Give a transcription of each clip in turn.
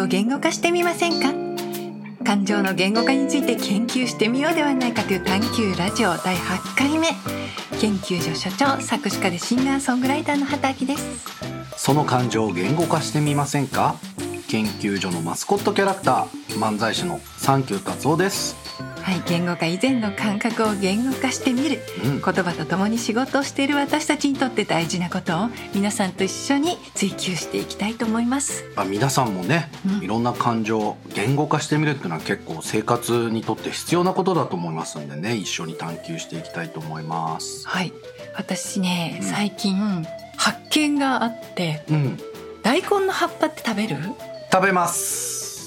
情を言語化してみませんか。感情の言語化について研究してみようではないかという探究ラジオ第8回目。研究所所長、作詞家でシンガーソングライターの畑明です。 その感情を言語化してみませんか。研究所のマスコットキャラクター、漫才師のサンキュー達夫です。 はい、言語化以前の感覚を言語化してみる、言葉とともに仕事をしている私たちにとって大事なことを皆さんと一緒に追求していきたいと思います。 皆さんもね、いろんな感情を言語化してみるっていうのは結構生活にとって必要なことだと思いますんでね、一緒に探求していきたいと思います。 はい、私ね、最近発見があって、大根の葉っぱって食べる？ 食べます。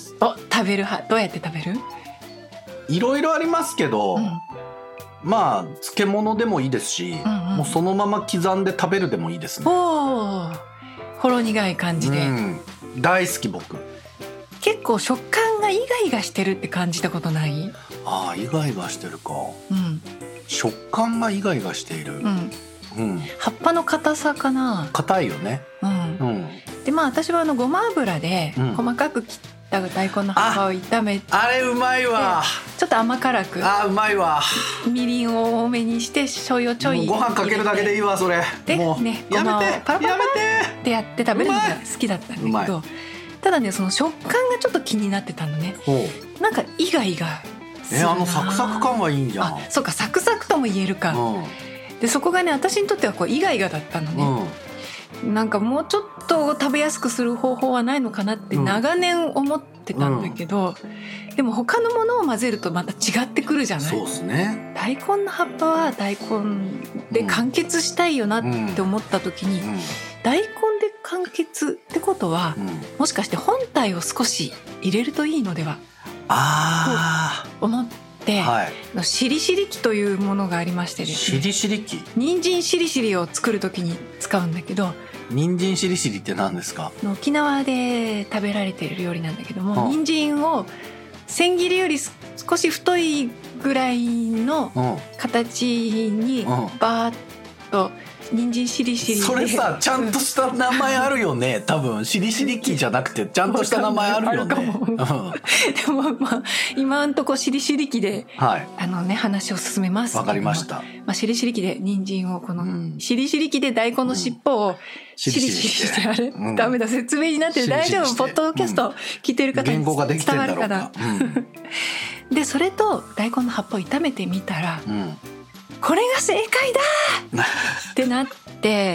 食べる派。どうやって食べる？ いろいろありますけど、まあ漬物でもいいですし、もうそのまま刻んで食べるでもいいですね。 ほろ苦い感じで、 大好き。僕結構食感がイガイガしてるって感じたことない？ イガイガしてるか、食感がイガイガしている、 葉っぱの硬さかな。 硬いよね。 で私はごま油で細かく切った大根の葉っぱを炒めて、 あれうまいわ。 ちょっと甘辛く、 うまいわ。 みりんを多めにして醤油をちょいご飯かけるだけでいいわ。それでもうね、 やめてパラパラってやって食べるのが好きだったんだけど、ただね、その食感がちょっと気になってたのね。なんかイガイガするな。 サクサク感はいいんじゃん。 そうか、サクサクとも言えるか、でそこがね、私にとってはイガイガだったのね。なんかもうちょっと食べやすくする方法はないのかなって長年思ってたんだけど、でも他のものを混ぜるとまた違ってくるじゃない。 そうですね。 大根の葉っぱは大根で完結したいよなって思った時に、大根で完結ってことは、もしかして本体を少し入れるといいのではと思って、しりしり器というものがありましてですね。 しりしり器？ 人参しりしりを作る時に使うんだけど。 人参しりしりって何ですか？ 沖縄で食べられている料理なんだけども、人参を千切りより少し太いぐらいの形にバーッと人参しりしりで、 それさ、ちゃんとした名前あるよね。多分しりしり器じゃなくてちゃんとした名前あるよね。 でも今んとこしりしり器で、話を進めます。 わかりました。 しりしり器で人参をしりしり器で大根の尻尾をしりしりして、あれダメだ、説明になってる。大丈夫？ポッドキャスト聞いてる方に伝わるかな。でそれと大根の葉っぱを炒めてみたら、これが正解だってなって、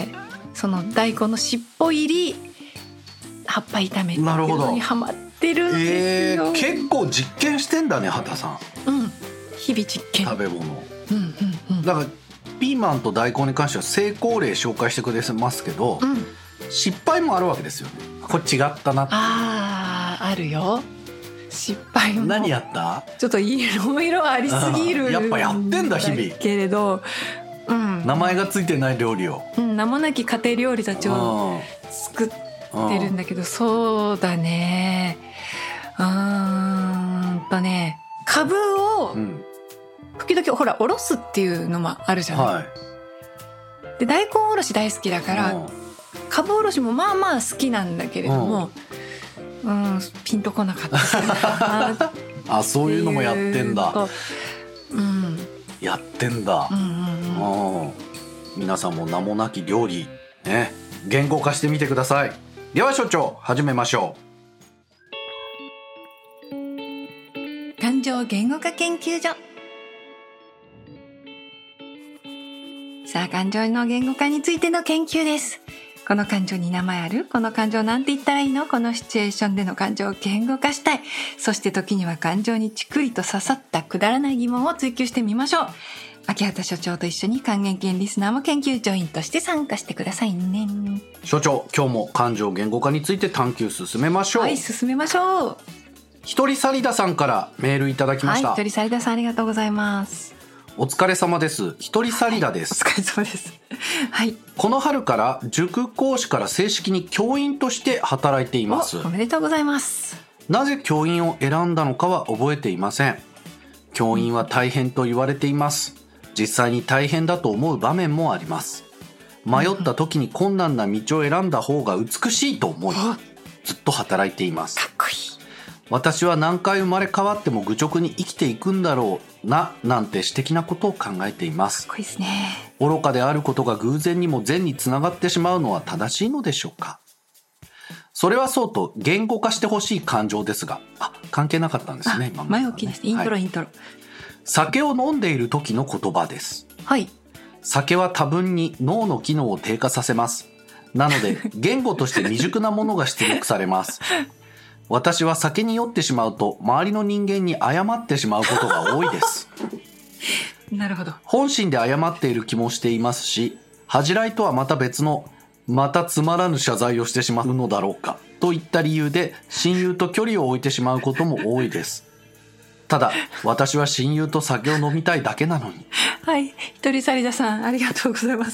その大根の尻尾入り葉っぱ炒めっていうのにハマってるんですよ。 結構実験してんだね、畑さん。 日々実験。 食べ物。だからピーマンと大根に関しては成功例紹介してくれますけど、失敗もあるわけですよね。これ違ったなって。 あるよ。失敗も。 何やった？ ちょっといろいろありすぎる。 やっぱやってんだ、日々。 けれど、 名前がついてない料理を。 名もなき家庭料理たちを作ってるんだけど、そうだね。カブを時々ほらおろすっていうのもあるじゃない。で大根おろし大好きだから、カブおろしもまあまあ好きなんだけれども。ピンとこなかったな。 そういうのもやってんだ。やってんだ。皆さんも名もなき料理ね、言語化してみてください。では所長、始めましょう。感情言語化研究所。さあ、感情の言語化についての研究です。この感情に名前ある？この感情なんて言ったらいいの？このシチュエーションでの感情を言語化したい。そして時には感情にちくりと刺さったくだらない疑問を追求してみましょう。秋畑所長と一緒に還元系リスナーも研究助員として参加してくださいね。 所長、今日も感情言語化について探求進めましょう。 はい、進めましょう。 ひとりさりださんからメールいただきました。 ひとりさりださん、ありがとうございます。 お疲れ様です。ひとりさりだです。 お疲れ様です。はい。 この春から塾講師から正式に教員として働いています。 おめでとうございます。 なぜ教員を選んだのかは覚えていません。教員は大変と言われています。実際に大変だと思う場面もあります。迷った時に困難な道を選んだ方が美しいと思い、ずっと働いています。 かっこいい。 私は何回生まれ変わっても愚直に生きていくんだろうな、なんて詩的なことを考えています。 かっこいいですね。 愚かであることが偶然にも善につながってしまうのは正しいのでしょうか。それはそうと言語化してほしい感情ですが、関係なかったんですね。今前置きです。イントロ、イントロ。 酒を飲んでいる時の言葉です。 はい。 酒は多分に脳の機能を低下させます。なので言語として未熟なものが出力されます。私は酒に酔ってしまうと周りの人間に謝ってしまうことが多いです。 なるほど。 本心で謝っている気もしていますし、恥じらいとはまた別のまたつまらぬ謝罪をしてしまうのだろうかといった理由で親友と距離を置いてしまうことも多いです。ただ私は親友と酒を飲みたいだけなのに。 はい、一人サリダさんありがとうございます。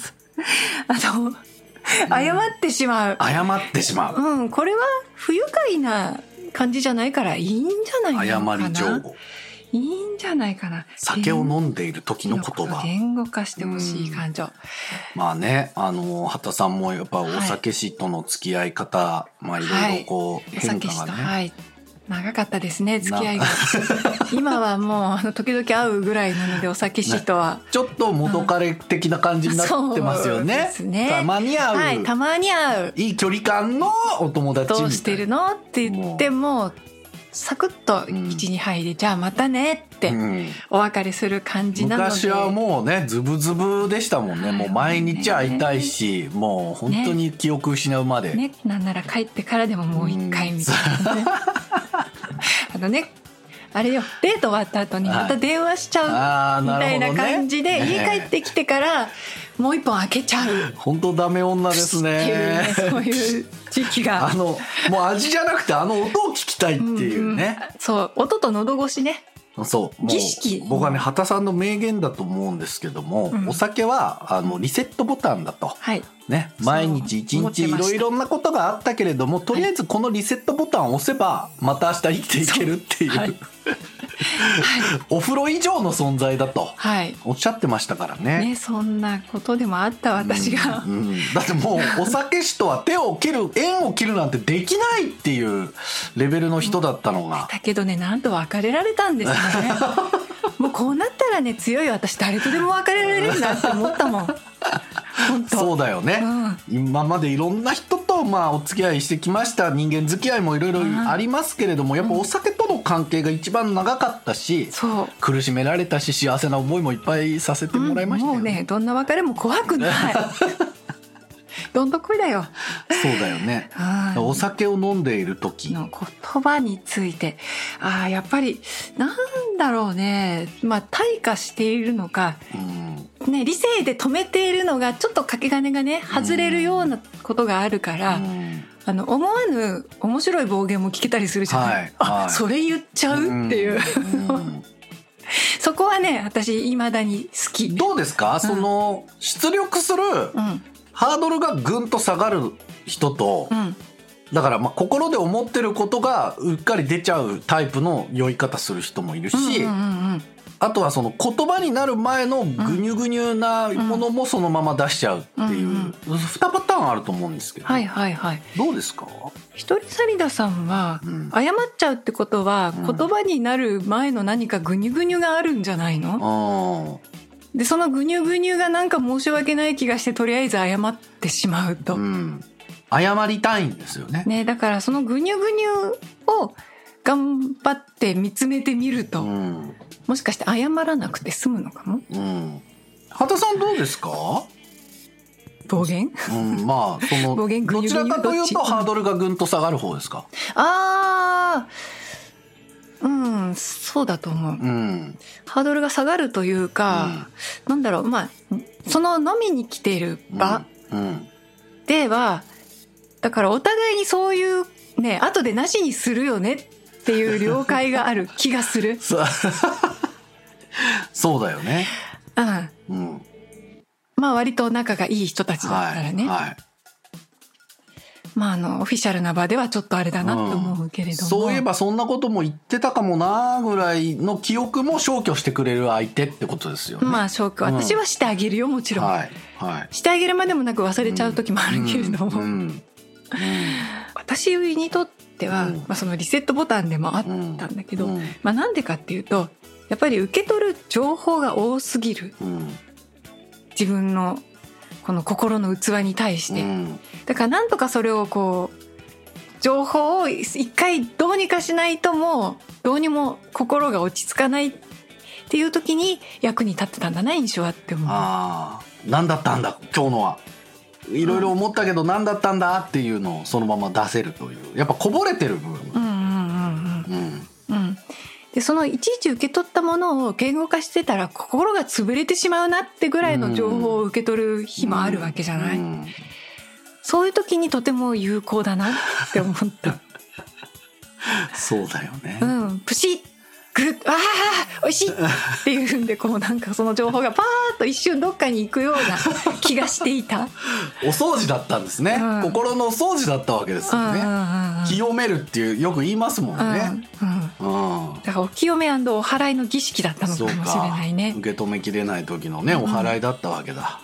謝ってしまう。 謝ってしまう。 これは不愉快な感じじゃないからいいんじゃないのかな。 謝り上手。 いいんじゃないかな。 酒を飲んでいる時の言葉。 言語化してほしい感情。 まあね、畑さんもやっぱお酒師との付き合い方、いろいろこう変化がね。 はい、長かったですね、付き合いが。今はもう時々会うぐらいなので、お酒師とは、 ちょっと元彼的な感じになってますよね。 そうですね。 たまに会う、 はい、たまに会う。 いい距離感のお友達みたいな。 どうしてるのって言ってもサクッと口に入り、じゃあまたねってお別れする感じなので、 昔はもうねズブズブでしたもんね。もう毎日会いたいし、もう本当に記憶失うまで、 ね、なんなら帰ってからでももう一回みたいなね。あれよ、デート終わった後にまた電話しちゃうみたいな感じで、家帰ってきてからもう一本開けちゃう。 本当ダメ女ですね。 そういう時期がもう味じゃなくて音を聞きたいっていうね。 そう音と喉越しね。 そう儀式。 僕はね畑さんの名言だと思うんですけども、お酒はリセットボタンだと、ね、毎日一日いろんなことがあったけれども、とりあえずこのリセットボタンを押せばまた明日生きていけるっていう、お風呂以上の存在だとおっしゃってましたからね。 そんなことでもあった私が、 だってもうお酒師とは縁を切るなんてできないっていうレベルの人だったのが、 だけどね、なんと別れられたんですね。もうこうなったらね、強い私誰とでも別れられるなって思ったもん。本当そうだよね、今までいろんな人とお付き合いしてきました。人間付き合いもいろいろありますけれども、やっぱお酒との関係が一番長かったし、苦しめられたし幸せな思いもいっぱいさせてもらいましたよね。 もうね、どんな別れも怖くない。どんどこいだよ。 そうだよね。お酒を飲んでいる時の言葉について、やっぱりなんだろうね、退化しているのか、ね、理性で止めているのがちょっと掛け金がね外れるようなことがあるから、思わぬ面白い暴言も聞けたりするじゃない。それ言っちゃうっていう、そこはね私未だに好き。 どうですか、その出力する、ハードルがぐんと下がる人と、だから心で思ってることがうっかり出ちゃうタイプの酔い方する人もいるし、あとはその言葉になる前のぐにゅぐにゅなものもそのまま出しちゃうっていう2パターンあると思うんですけど、どうですか？ 一人サリダさんは謝っちゃうってことは、言葉になる前の何かぐにゅぐにゅがあるんじゃないの？でそのぐにゅぐにゅがなんか申し訳ない気がして、とりあえず謝ってしまうと、 謝りたいんですよね。 だからそのぐにゅぐにゅを頑張って見つめてみると、もしかして謝らなくて済むのかも。 畑さんどうですか？ 暴言？ その暴言どちらかというとハードルがぐんと下がる方ですか？ そうだと思う。ハードルが下がるというか、なんだろう、その飲みに来ている場では、だからお互いにそういうね、後でなしにするよねっていう了解がある気がする。 そうだよね。 割と仲がいい人たちだったらね。オフィシャルな場ではちょっとあれだなと思うけれども、 そういえばそんなことも言ってたかもなぐらいの記憶も消去してくれる相手ってことですよね。 消去、私はしてあげるよ、もちろん、してあげるまでもなく忘れちゃう時もあるけれども、 私にとっては、そのリセットボタンでもあったんだけど、なんでかっていうとやっぱり受け取る情報が多すぎる、自分のこの心の器に対して、だからなんとかそれをこう情報を一回どうにかしないともうどうにも心が落ち着かないっていう時に役に立ってたんだな、印象はって思う。 何だったんだ今日のは、いろいろ思ったけど何だったんだっていうのをそのまま出せるという、やっぱこぼれてる部分、 でそのいちいち受け取ったものを言語化してたら心が潰れてしまうなってぐらいの情報を受け取る日もあるわけじゃない、そういう時にとても有効だなって思ったそうだよね、 プシッグッ美味しいっていうんでこうなんかその情報がパーッと一瞬どっかに行くような気がしていたお掃除だったんですね、心のお掃除だったわけですよね、清めるっていうよく言いますもんね、 だからお清め&お祓いの儀式だったのかもしれないね。 受け止めきれない時のね、お祓いだったわけだ、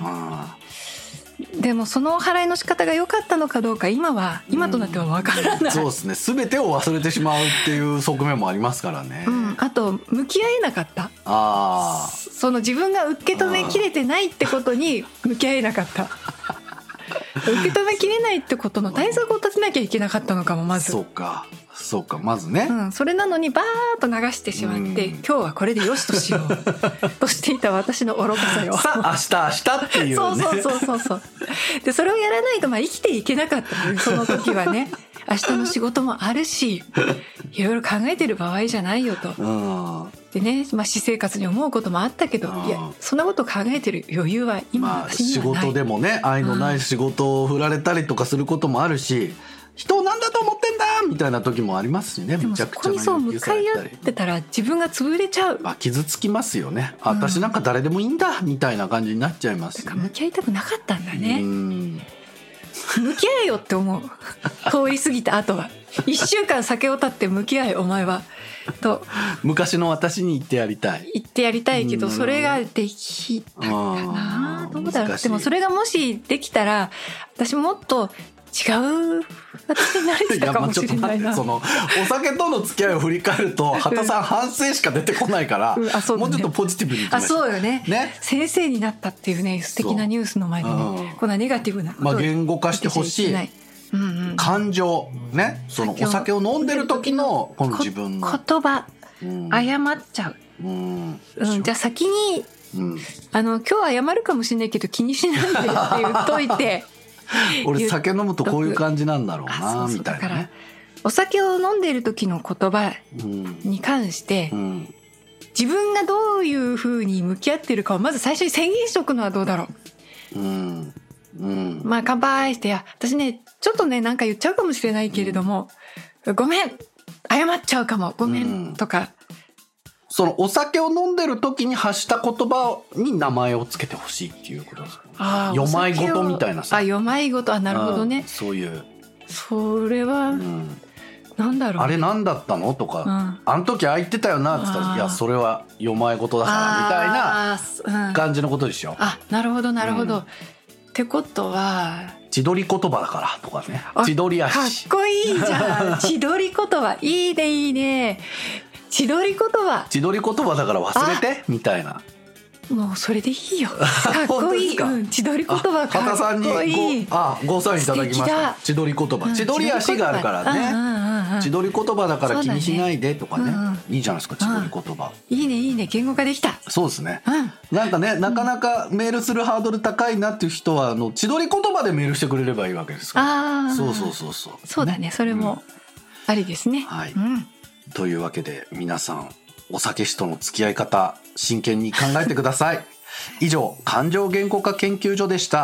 でもそのお祓いの仕方が良かったのかどうか今となっては分からない、 そうですね、全てを忘れてしまうっていう側面もありますからね、 あと向き合えなかった、その自分が受け止めきれてないってことに向き合えなかった受け止めきれないってことの対策を立てなきゃいけなかったのかも、まずそうかまずね、 それなのにバーッと流してしまって、今日はこれでよしとしようとしていた私の愚かさよさあ明日っていうねそうでそれをやらないと生きていけなかった、その時はね明日の仕事もあるしいろいろ考えてる場合じゃないよと、でね、私生活に思うこともあったけど、いやそんなこと考えてる余裕は今私にはない、 仕事でもね愛のない仕事を振られたりとかすることもあるし、人を何だと思ってんだみたいな時もありますしね。 でもそこにそう向かい合ってたら自分が潰れちゃう、 傷つきますよね、私なんか誰でもいいんだみたいな感じになっちゃいますよね。 だから向き合いたくなかったんだね。向き合えよって思う通り過ぎた後は1週間酒を断って向き合えお前はと昔の私に言ってやりたいけど、それができたかな、どうだろう。でもそれがもしできたら私もっと違う私になれてたかもしれないな。 そのお酒との付き合いを振り返ると畑さん反省しか出てこないから、もうちょっとポジティブにいきましょう。 そうよね。先生になったっていうね素敵なニュースの前でね、こんなネガティブなことを言語化してほしい感情ね、そのお酒を飲んでる時のこの自分の言葉、謝っちゃう、じゃあ先に、今日謝るかもしれないけど気にしないでって言っといて俺酒飲むとこういう感じなんだろうなみたいなね。だからお酒を飲んでいる時の言葉に関して、自分がどういう風に向き合っているかをまず最初に宣言しておくのはどうだろう。まあ乾杯して、私ねちょっとねなんか言っちゃうかもしれないけれども、ごめん謝っちゃうかもごめんとか、 そのお酒を飲んでる時に発した言葉に名前をつけてほしいっていうことですか。よまいごとみたいなさ。 よまいごと、なるほどね。 そういうそれは、なんだろう、 あれなんだったのとか、あの時ああ言ってたよなって言ったら、いやそれはよまいごとだからみたいな感じのことでしょ。 なるほどなるほど、ってことは千鳥言葉だからとかね。千鳥足かっこいいじゃん千鳥言葉いいねいいね。千鳥言葉だから忘れてみたいな。 もうそれでいいよ。かっこいい。千鳥言葉かっこいい。 畑さんにごサインいただきました。千鳥言葉。千鳥足があるからね。千鳥言葉だから気にしないでとかね。いいじゃないですか千鳥言葉。 いいねいいね、言語化できた。 そうですね。なんかね、なかなかメールするハードル高いなっていう人は千鳥言葉でメールしてくれればいいわけですから。そう。 そうだね、それもありですね。 はい。というわけで皆さんお酒師との付き合い方真剣に考えてください。以上感情言語化研究所でした。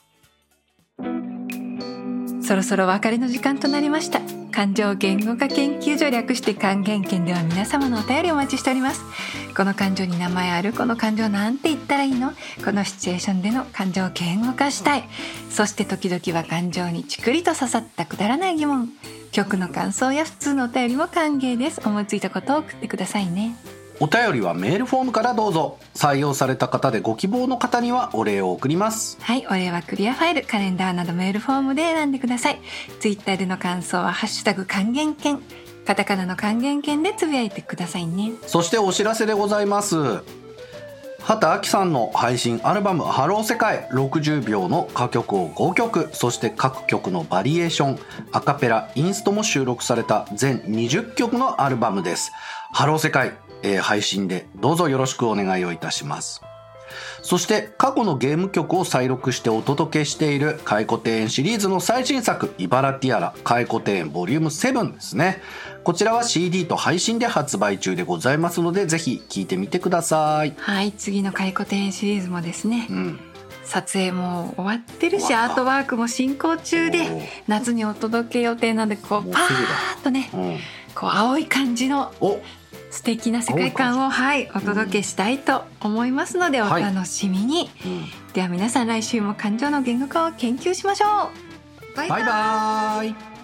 そろそろお別れの時間となりました。感情言語化研究所略して還元研では皆様のお便りをお待ちしております。この感情に名前ある、この感情なんて言ったらいいの、このシチュエーションでの感情を言語化したい、そして時々は感情にちくりと刺さったくだらない疑問、曲の感想や普通のお便りも歓迎です。思いついたことを送ってくださいね。 お便りはメールフォームからどうぞ。採用された方でご希望の方にはお礼を送ります。 はい、お礼はクリアファイル、カレンダーなどメールフォームで選んでください。ツイッターでの感想はハッシュタグ還元券、カタカナの還元券でつぶやいてくださいね。 そしてお知らせでございます。畑あきさんの配信アルバムハロー世界、60秒の歌曲を5曲、そして各曲のバリエーション、アカペラ、インストも収録された全20曲のアルバムです。ハロー世界、配信でどうぞよろしくお願いをいたします。そして過去のゲーム曲を再録してお届けしているカイコ庭園シリーズの最新作、イバラティアラカイコ庭園ボリューム7ですね。こちらは CD と配信で発売中でございますので、ぜひ聴いてみてください。 はい、次のカイコ庭園シリーズもですね、撮影も終わってるし、アートワークも進行中で、夏にお届け予定なんで、こうパーッとね、こう青い感じの素敵な世界観を、お届けしたいと思いますので、お楽しみに。では皆さん、来週も感情の言語化を研究しましょう。バイバイ。